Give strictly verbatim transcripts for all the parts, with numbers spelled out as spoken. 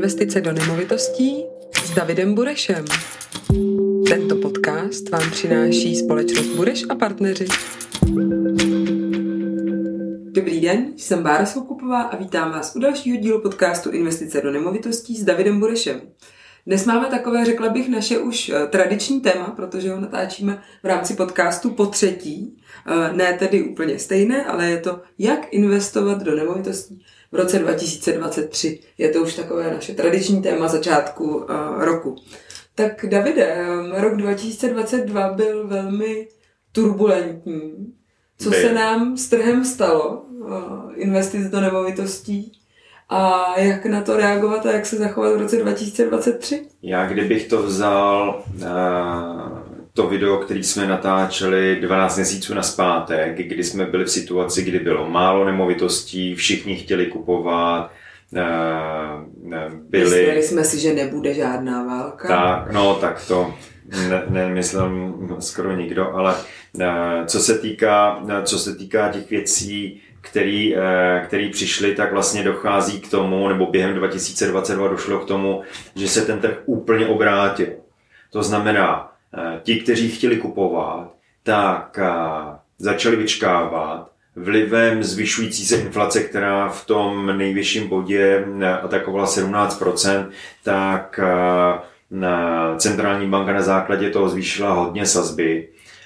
Investice do nemovitostí s Davidem Burešem. Tento podcast vám přináší společnost Bureš a partneři. Dobrý den, jsem Bára Soukupová a vítám vás u dalšího dílu podcastu Investice do nemovitostí s Davidem Burešem. Dnes máme takové, řekla bych, naše už tradiční téma, protože ho natáčíme v rámci podcastu po třetí. Ne tedy úplně stejné, ale je to, jak investovat do nemovitostí v roce dva tisíce dvacet tři. Je to už takové naše tradiční téma začátku roku. Tak Davide, rok dva tisíce dvacet dva byl velmi turbulentní. Co By. se nám s trhem stalo, investic do nemovitostí, a jak na to reagovat a jak se zachovat v roce dva tisíce dvacet tři? Já kdybych to vzal, to video, který jsme natáčeli dvanáct měsíců nazpátek, kdy jsme byli v situaci, kdy bylo málo nemovitostí, všichni chtěli kupovat, byli... Mysleli jsme si, že nebude žádná válka. Tak, no tak to ne, nemyslel skoro nikdo, ale co se týká, co se týká těch věcí, který, který přišli, tak vlastně dochází k tomu, nebo během dva tisíce dvacet dva došlo k tomu, že se ten trh úplně obrátil. To znamená, ti, kteří chtěli kupovat, tak začali vyčkávat vlivem zvyšující se inflace, která v tom nejvyšším bodě atakovala sedmnáct procent, tak centrální banka na základě toho zvýšila hodně sazby.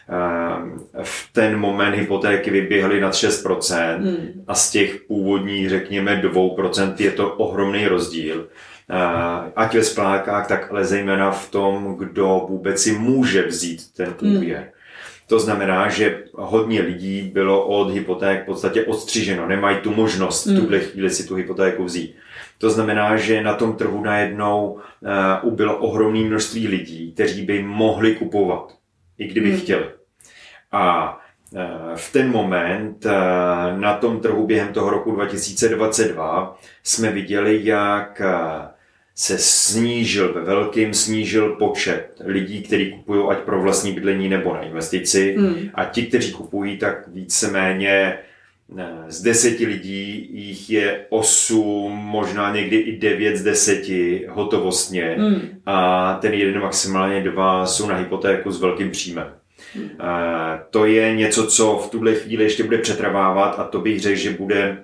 V ten moment hypotéky vyběhly nad šest procent hmm. a z těch původních, řekněme, dvě procenta je to ohromný rozdíl. Ať ve splátkách, tak ale zejména v tom, kdo vůbec si může vzít ten úvěr. Hmm. To znamená, že hodně lidí bylo od hypoték v podstatě odstřiženo, nemají tu možnost v tuhle chvíli si tu hypotéku vzít. To znamená, že na tom trhu najednou uh, ubylo ohromné množství lidí, kteří by mohli kupovat, i kdyby hmm. chtěli. A uh, v ten moment uh, na tom trhu během toho roku dva tisíce dvacet dva jsme viděli, jak uh, se snížil, ve velkým snížil počet lidí, kteří kupují ať pro vlastní bydlení nebo na investici. Hmm. A ti, kteří kupují, tak víceméně z deseti lidí jich je osm, možná někdy i devět z deseti hotovostně. Hmm. A ten jeden, maximálně dva jsou na hypotéku s velkým příjmem. Hmm. A to je něco, co v tuhle chvíli ještě bude přetrvávat, a to bych řekl, že bude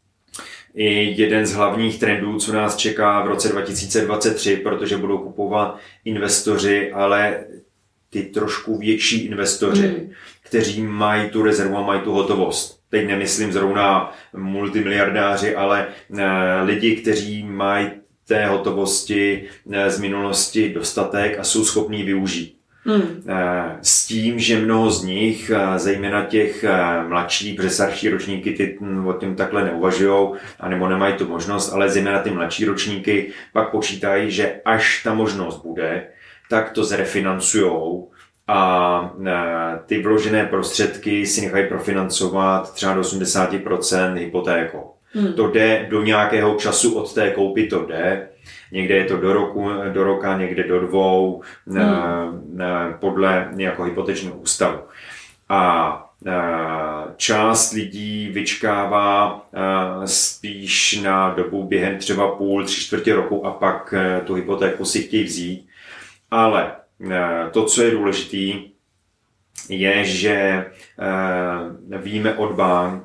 i jeden z hlavních trendů, co nás čeká v roce dva tisíce dvacet tři, protože budou kupovat investoři, ale ty trošku větší investoři, mm. kteří mají tu rezervu a mají tu hotovost. Teď nemyslím zrovna multimiliardáři, ale uh, lidi, kteří mají té hotovosti uh, z minulosti dostatek a jsou schopní využít. Hmm. S tím, že mnoho z nich, zejména těch mladších, protože starší ročníky ty o tím takhle neuvažujou, anebo nemají tu možnost, ale zejména ty mladší ročníky pak počítají, že až ta možnost bude, tak to zrefinancujou a ty vložené prostředky si nechají profinancovat třeba do osmdesát procent hypotékou. Hmm. To jde do nějakého času od té koupy, to jde. Někde je to do roku, do roka, někde do dvou, hmm. podle nějakého hypotečního ústavu. A část lidí vyčkává spíš na dobu během třeba půl, tři čtvrtě roku a pak tu hypotéku si chtějí vzít. Ale to, co je důležitý, je, že víme od bank,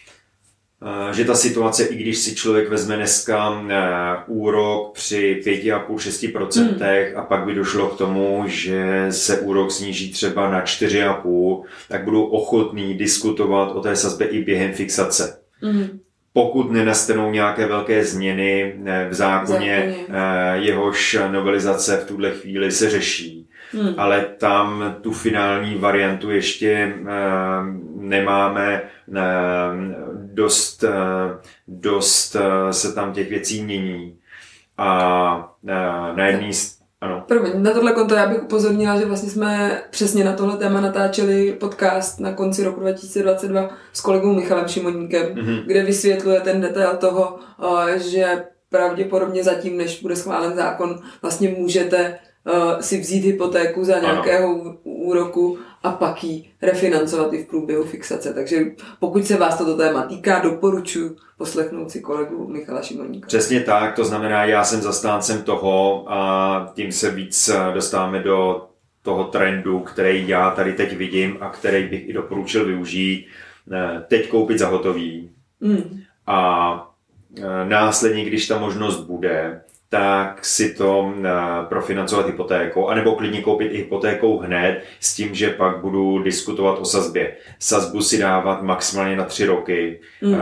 že ta situace, i když si člověk vezme dneska úrok při pět a půl až šest procent hmm. a pak by došlo k tomu, že se úrok sníží třeba na čtyři a půl, tak budou ochotní diskutovat o té sazbě i během fixace. Hmm. Pokud nenastanou nějaké velké změny v zákoně, zákoně. Jehož novelizace v tuhle chvíli se řeší. Hmm. Ale tam tu finální variantu ještě uh, nemáme, uh, dost, uh, dost uh, se tam těch věcí mění. A uh, na jedný ano. Promiň, na tohle konto já bych upozornila, že vlastně jsme přesně na tohle téma natáčeli podcast na konci roku dva tisíce dvacet dva s kolegou Michalem Šimoníkem, mm-hmm. kde vysvětluje ten detail toho, uh, že pravděpodobně zatím, než bude schválen zákon, vlastně můžete uh, si vzít hypotéku za nějakého ano. úroku a pak ji refinancovat i v průběhu fixace. Takže pokud se vás toto téma týká, doporučuji poslechnout si kolegu Michala Šimoníka. Přesně tak, to znamená, já jsem zastáncem toho a tím se víc dostáváme do toho trendu, který já tady teď vidím a který bych i doporučil využít. Teď koupit za hotový mm. a následně, když ta možnost bude, tak si to profinancovat hypotékou, anebo klidně koupit i hypotékou hned s tím, že pak budu diskutovat o sazbě. Sazbu si dávat maximálně na tři roky. Mm.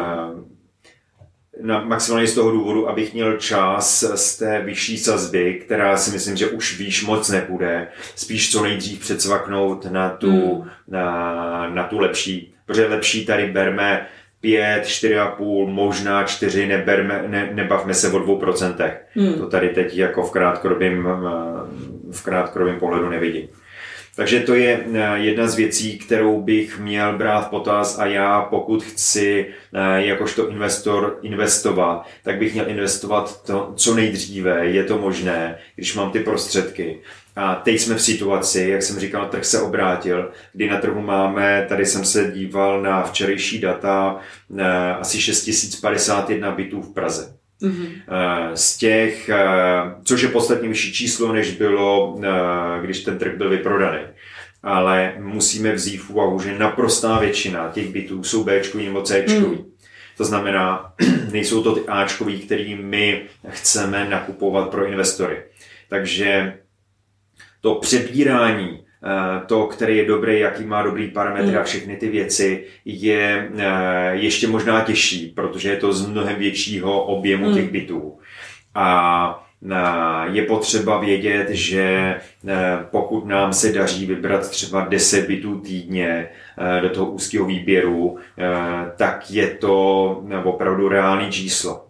Na, maximálně z toho důvodu, abych měl čas z té vyšší sazby, která si myslím, že už výš moc nebude, spíš co nejdřív předsvaknout na tu, mm. na, na tu lepší. Protože lepší tady berme pět, čtyři a půl, možná čtyři, neberme, ne, nebavme se o dvou procentech. Hmm. To tady teď jako v krátkodobém, v krátkodobém pohledu nevidím. Takže to je jedna z věcí, kterou bych měl brát v potaz a já, pokud chci jakožto investor investovat, tak bych měl investovat to, co nejdříve, je to možné, když mám ty prostředky. A teď jsme v situaci, jak jsem říkal, trh se obrátil, kdy na trhu máme, tady jsem se díval na včerejší data, asi šest tisíc padesát jedna bytů v Praze. Mm-hmm. Z těch, což je podstatně vyšší číslo, než bylo, když ten trh byl vyprodaný. Ale musíme vzít v úvahu, že naprostá většina těch bytů jsou Bčkový nebo Cčkový. Mm. To znamená, nejsou to ty Ačkový, který my chceme nakupovat pro investory. Takže to přebírání, to, který je dobrý, jaký má dobrý parametry a všechny ty věci, je ještě možná těžší, protože je to z mnohem většího objemu těch bytů. A je potřeba vědět, že pokud nám se daří vybrat třeba deset bytů týdně do toho úzkého výběru, tak je to opravdu reálný číslo.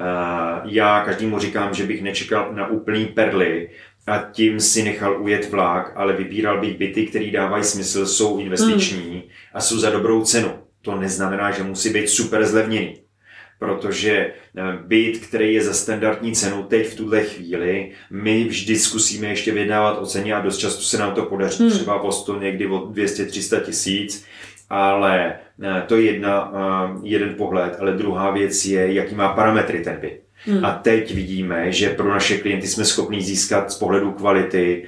Já každému říkám, že bych nečekal na úplný perly, a tím si nechal ujet vlak, ale vybíral bych byty, které dávají smysl, jsou investiční hmm. a jsou za dobrou cenu. To neznamená, že musí být super zlevněný. Protože byt, který je za standardní cenu teď v tuhle chvíli, my vždy zkusíme ještě vyjednávat o ceně a dost často se nám to podaří hmm. třeba o sto, někdy o dvě stě až tři sta tisíc, ale to je jedna, jeden pohled, ale druhá věc je, jaký má parametry ten byt. Hmm. A teď vidíme, že pro naše klienty jsme schopni získat z pohledu kvality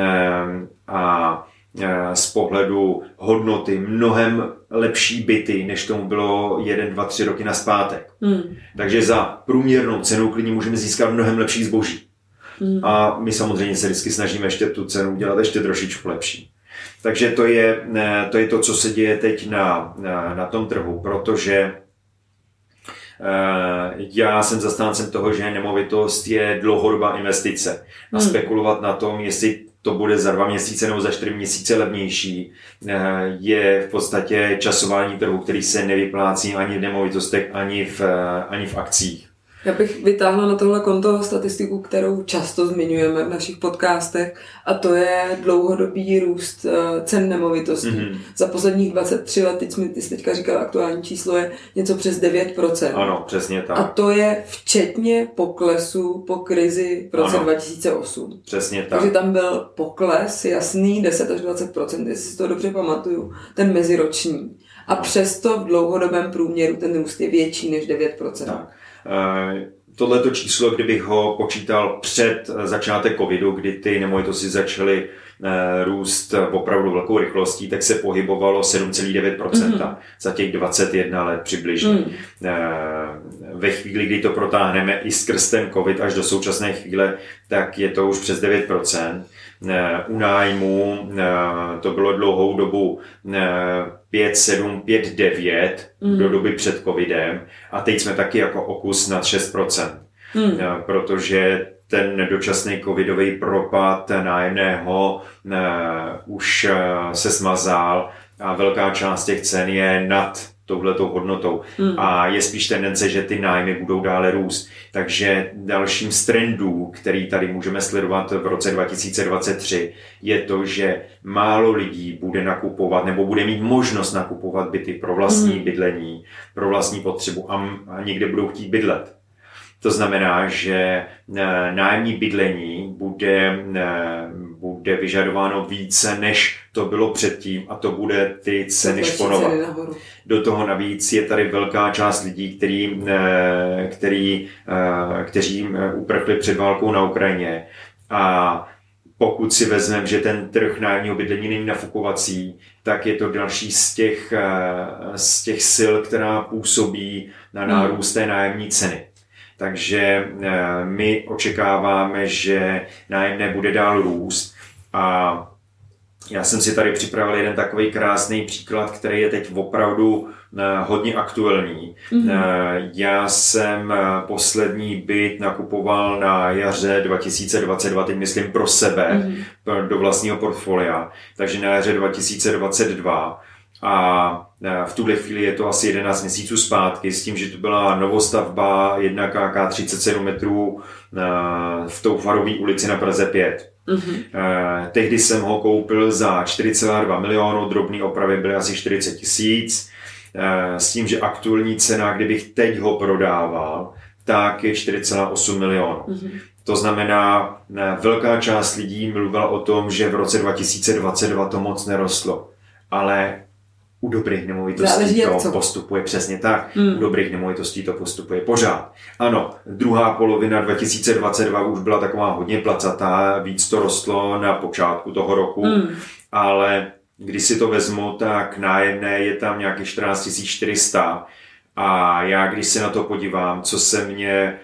a z pohledu hodnoty mnohem lepší byty, než tomu bylo jeden, dva, tři roky nazpátek. Hmm. Takže za průměrnou cenu klidně můžeme získat mnohem lepší zboží. Hmm. A my samozřejmě se vždycky snažíme ještě tu cenu dělat ještě trošičku lepší. Takže to je to, je to co se děje teď na, na, na tom trhu, protože já jsem zastáncem toho, že nemovitost je dlouhodobá investice. A hmm. spekulovat na tom, jestli to bude za dva měsíce nebo za čtyři měsíce levnější, je v podstatě časování trhu, který se nevyplácí ani v nemovitostech, ani v, ani v akcích. Já bych vytáhla na tohle konto statistiku, kterou často zmiňujeme v našich podcastech, a to je dlouhodobý růst cen nemovitostí. Mm-hmm. Za posledních dvacet tři let, teď ty jsi teďka říkal, aktuální číslo je něco přes devět procent. Ano, přesně tak. A to je včetně poklesu po krizi v roce ano. dva tisíce osm. Přesně tak. Takže tam byl pokles jasný deset až dvacet procent, jestli si to dobře pamatuju, ten meziroční. A no. přesto v dlouhodobém průměru ten růst je větší než devět procent. Tak. Tohleto číslo, kdybych ho počítal před začátek covidu, kdy ty nemovitosti začaly růst opravdu velkou rychlostí, tak se pohybovalo sedm celá devět procenta mm-hmm. za těch dvacet jedna let přibližně. Mm. Ve chvíli, kdy to protáhneme i skrz ten covid až do současné chvíle, tak je to už přes devět procent. U nájmu to bylo dlouhou dobu pět, sedm, pět, devět mm. do doby před covidem a teď jsme taky jako o kus nad šest procent, mm. protože ten dočasný covidový propad nájemného už se smazal a velká část těch cen je nad touhletou hodnotou. Hmm. A je spíš tendence, že ty nájmy budou dále růst. Takže dalším z trendů, který tady můžeme sledovat v roce dva tisíce dvacet tři, je to, že málo lidí bude nakupovat nebo bude mít možnost nakupovat byty pro vlastní hmm. bydlení, pro vlastní potřebu a, a někde budou chtít bydlet. To znamená, že nájemní bydlení bude, bude vyžadováno více, než to bylo předtím a to bude ty ceny šponovat. Do toho navíc je tady velká část lidí, který, který, kteří uprchli před válkou na Ukrajině a pokud si vezmeme, že ten trh nájemního bydlení není nafukovací, tak je to další z těch, z těch sil, která působí na nárůst té nájemní ceny. Takže my očekáváme, že nájemné bude dál růst a já jsem si tady připravil jeden takový krásný příklad, který je teď opravdu hodně aktuální. Mm-hmm. Já jsem poslední byt nakupoval na jaře dva tisíce dvacet dva, teď myslím pro sebe, mm-hmm. do vlastního portfolia, takže na jaře dva tisíce dvacet dva. A v tuhle chvíli je to asi jedenáct měsíců zpátky s tím, že to byla novostavba jedna ká ká třicet sedm metrů v Toufarové ulici na Praze pět. Mm-hmm. Tehdy jsem ho koupil za čtyři celá dva milionu, drobné opravy byly asi čtyřicet tisíc. S tím, že aktuální cena, kdybych teď ho prodával, tak je čtyři celá osm milionu. Mm-hmm. To znamená, velká část lidí mluvila o tom, že v roce dva tisíce dvacet dva to moc nerostlo. Ale u dobrých nemovitostí to postupuje přesně tak. Mm. U dobrých nemovitostí to postupuje pořád. Ano, druhá polovina dva tisíce dvacet dva už byla taková hodně placatá, víc to rostlo na počátku toho roku, mm. ale když si to vezmu, tak nájemné je tam nějakých čtrnáct tisíc čtyři sta a já když se na to podívám, co se mně e,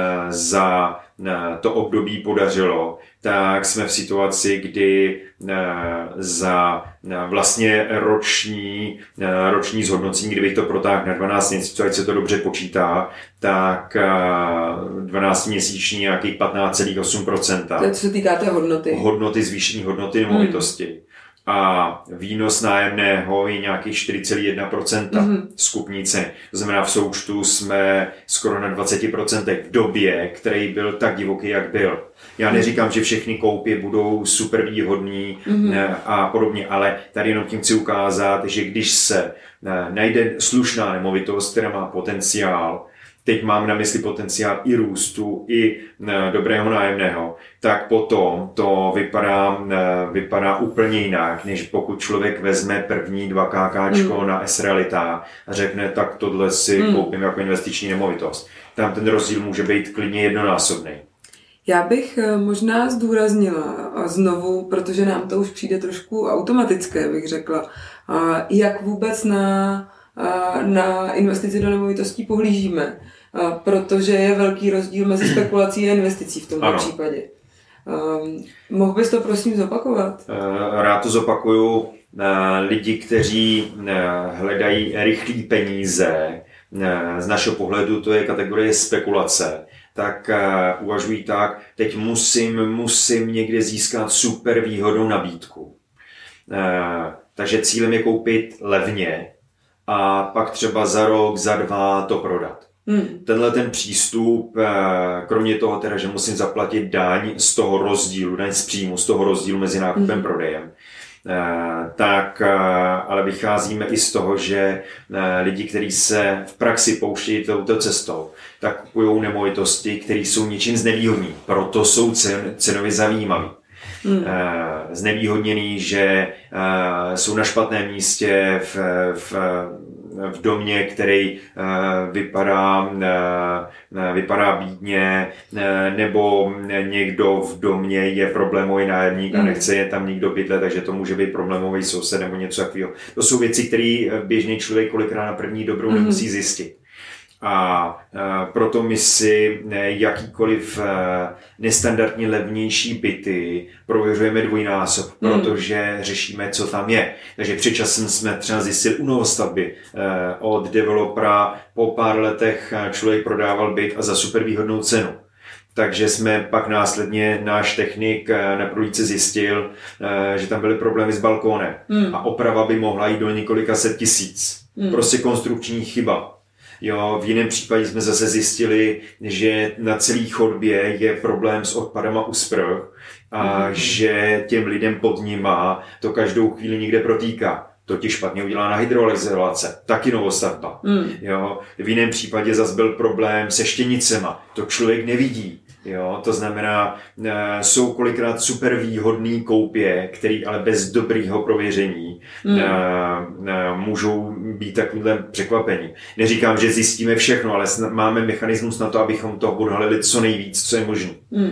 za e, to období podařilo, tak jsme v situaci, kdy e, za e, vlastně roční, e, roční zhodnocení, kdybych to protáhl na dvanáct měsíců, ať se to dobře počítá, tak e, dvanáctiměsíční nějakých patnáct celá osm procenta. To se týká té hodnoty. Hodnoty, zvýšení hodnoty nemovitosti. Hmm. A výnos nájemného je nějakých čtyři celá jedna procenta mm-hmm. skupní ceny. To znamená, v součtu jsme skoro na dvacet procent v době, který byl tak divoký, jak byl. Já neříkám, že všechny koupě budou super výhodný mm-hmm. a podobně, ale tady jenom tím chci ukázat, že když se najde slušná nemovitost, která má potenciál, teď mám na mysli potenciál i růstu, i dobrého nájemného, tak potom to vypadá, vypadá úplně jinak, než pokud člověk vezme první dva kákáčko mm. na S-Realita a řekne, tak tohle si mm. koupím jako investiční nemovitost. Tam ten rozdíl může být klidně jednonásobný. Já bych možná zdůraznila znovu, protože nám to už přijde trošku automatické, bych řekla, jak vůbec na, na investici do nemovitostí pohlížíme. Protože je velký rozdíl mezi spekulací a investicí v tomto ano. případě. Um, mohl bys to prosím zopakovat? Rád to zopakuju. Lidi, kteří hledají rychlé peníze, z našeho pohledu to je kategorie spekulace, tak uvažují tak, teď musím, musím někde získat super výhodnou nabídku. Takže cílem je koupit levně a pak třeba za rok, za dva to prodat. Hmm. Tenhle ten přístup, kromě toho teda, že musím zaplatit daň z toho rozdílu, daň z příjmu, z toho rozdílu mezi nákupem a hmm. prodejem, tak ale vycházíme i z toho, že lidi, kteří se v praxi pouštějí touto cestou, tak kupují nemovitosti, které jsou něčím znevýhodní, proto jsou cen, cenově zajímaví. Hmm. Znevýhodněný, že jsou na špatném místě v, v v domě, který vypadá, vypadá bídně, nebo někdo v domě je problémový nájemník a nechce je tam nikdo bydlet, takže to může být problémový soused nebo něco takového. To jsou věci, které běžný člověk kolikrát na první dobrou nemusí zjistit. A proto my si jakýkoliv nestandardně levnější byty prověřujeme dvojnásob, mm. protože řešíme, co tam je. Takže před časem jsme třeba zjistili u novostavby od developera, po pár letech člověk prodával byt a za super výhodnou cenu. Takže jsme pak následně náš technik na průlíce zjistil, že tam byly problémy s balkónem mm. a oprava by mohla jít do několika set tisíc. Mm. Prostě konstrukční chyba. Jo, v jiném případě jsme zase zjistili, že na celé chodbě je problém s odpadama u sprch a mm. že těm lidem pod nima to každou chvíli někde protýká. to ti špatně udělá na hydroizolace, taky novostavba. Mm. Jo. V jiném případě zase byl problém se štěnicema, to člověk nevidí. Jo, to znamená, e, jsou kolikrát super výhodný koupě, který ale bez dobrýho prověření mm. e, e, můžou být takovýhle překvapení. Neříkám, že zjistíme všechno, ale máme mechanismus na to, abychom toho odhalili co nejvíc, co je možné. Mm.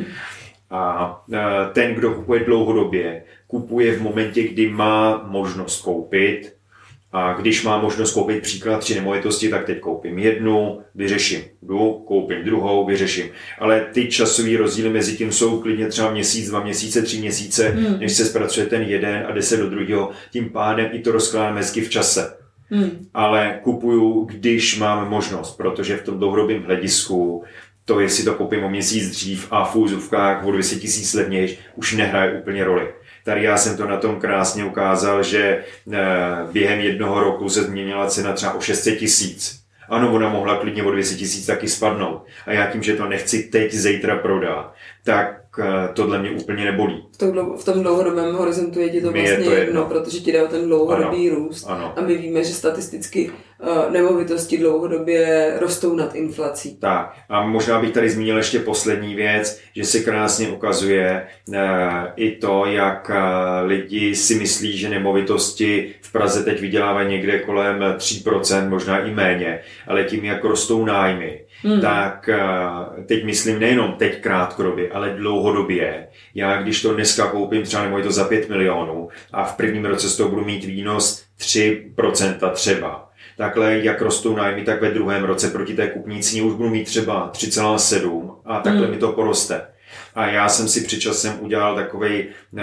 A e, ten, kdo kupuje dlouhodobě, kupuje v momentě, kdy má možnost koupit. A když má možnost koupit příklad tři nemovitosti, tak teď koupím jednu, vyřeším. Jdu, koupím druhou, vyřeším. Ale ty časové rozdíly mezi tím jsou klidně třeba měsíc, dva měsíce, tři měsíce, hmm. než se zpracuje ten jeden a jde se do druhého. Tím pádem i to rozkládám hezky v čase. Hmm. Ale kupuju, když mám možnost, protože v tom dlouhodobém hledisku to, jestli to koupím o měsíc dřív a v úzovkách o dvě stě tisíc levnějš, už nehraje úplně roli. Tady já jsem to na tom krásně ukázal, že během jednoho roku se změnila cena třeba o šest set tisíc. Ano, ona mohla klidně o dvě stě tisíc taky spadnout. A já tím, že to nechci teď zítra prodat, tak tohle mě úplně nebolí. V tom, v tom dlouhodobém horizontu je ti to vlastně je to jedno, jedno, protože ti jde o ten dlouhodobý ano, růst. Ano. A my víme, že statisticky uh, nemovitosti dlouhodobě rostou nad inflací. Tak. A možná bych tady zmínil ještě poslední věc, že se krásně ukazuje uh, i to, jak uh, lidi si myslí, že nemovitosti v Praze teď vydělávají někde kolem tři procenta, možná i méně, ale tím, jak rostou nájmy, Hmm. tak teď myslím nejenom teď krátkodobě, ale dlouhodobě. Já když to dneska koupím třeba nebo je to za pět milionů a v prvním roce z toho budu mít výnos tři procenta třeba. Takhle jak rostou nájmy, tak ve druhém roce proti té kupní ceně už budu mít třeba tři celá sedm a takhle hmm. mi to poroste. A já jsem si před časem udělal takovej uh,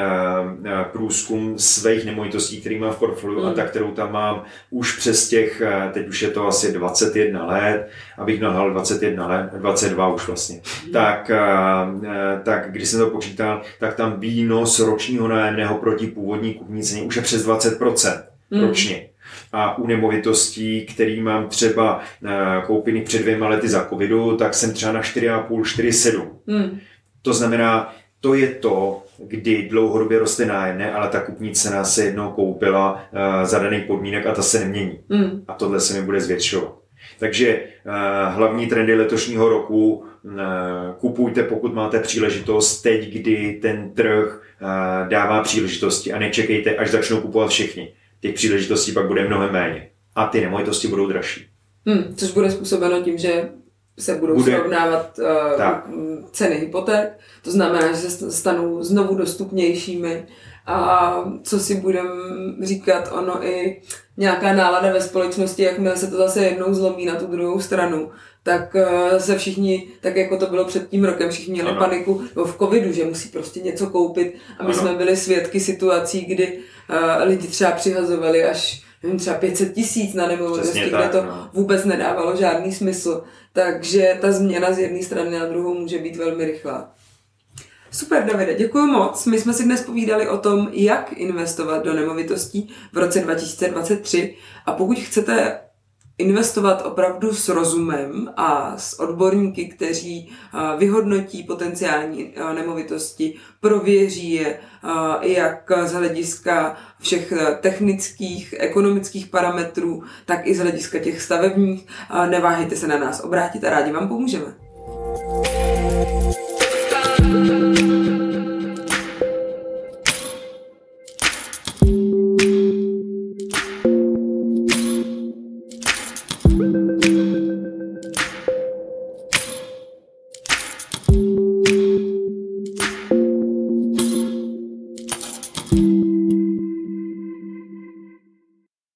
průzkum svých nemovitostí, který mám v portfoliu mm. a ta, kterou tam mám už přes těch, teď už je to asi dvacet jedna let, abych nalhal dvacet jedna let, dvacet dva už vlastně. Mm. Tak, uh, tak když jsem to počítal, tak tam výnos ročního nájemného proti původní kupní ceně už je přes dvacet procent mm. ročně. A u nemovitostí, který mám třeba uh, koupiny před dvěma lety za covidu, tak jsem třeba na čtyři celá pět, čtyři celá sedm. Mm. To znamená, to je to, kdy dlouhodobě roste nájemné, ale ta kupní cena se jednou koupila uh, za daných podmínek a ta se nemění. Mm. A tohle se mi bude zvětšovat. Takže uh, hlavní trendy letošního roku, uh, kupujte, pokud máte příležitost, teď, kdy ten trh uh, dává příležitosti a nečekejte, až začnou kupovat všichni. Těch příležitostí pak bude mnohem méně. A ty nemovitosti budou dražší. Hmm, což bude způsobeno tím, že se budou bude. srovnávat uh, ceny hypoték, to znamená, že se stanou znovu dostupnějšími a co si budeme říkat, ono i nějaká nálada ve společnosti, jakmile se to zase jednou zlomí na tu druhou stranu, tak uh, se všichni, tak jako to bylo před tím rokem, všichni měli ano. paniku, nebo v covidu, že musí prostě něco koupit a my ano. jsme byli svědky situací, kdy uh, lidi třeba přihazovali až nevím, třeba pět set tisíc na nemovitosti, kde to no. vůbec nedávalo žádný smysl. Takže ta změna z jedné strany na druhou může být velmi rychlá. Super, Davide, děkuji moc. My jsme si dnes povídali o tom, jak investovat do nemovitostí v roce dva tisíce dvacet tři a pokud chcete investovat opravdu s rozumem a s odborníky, kteří vyhodnotí potenciální nemovitosti, prověří je jak z hlediska všech technických, ekonomických parametrů, tak i z hlediska těch stavebních. Neváhejte se na nás obrátit a rádi vám pomůžeme.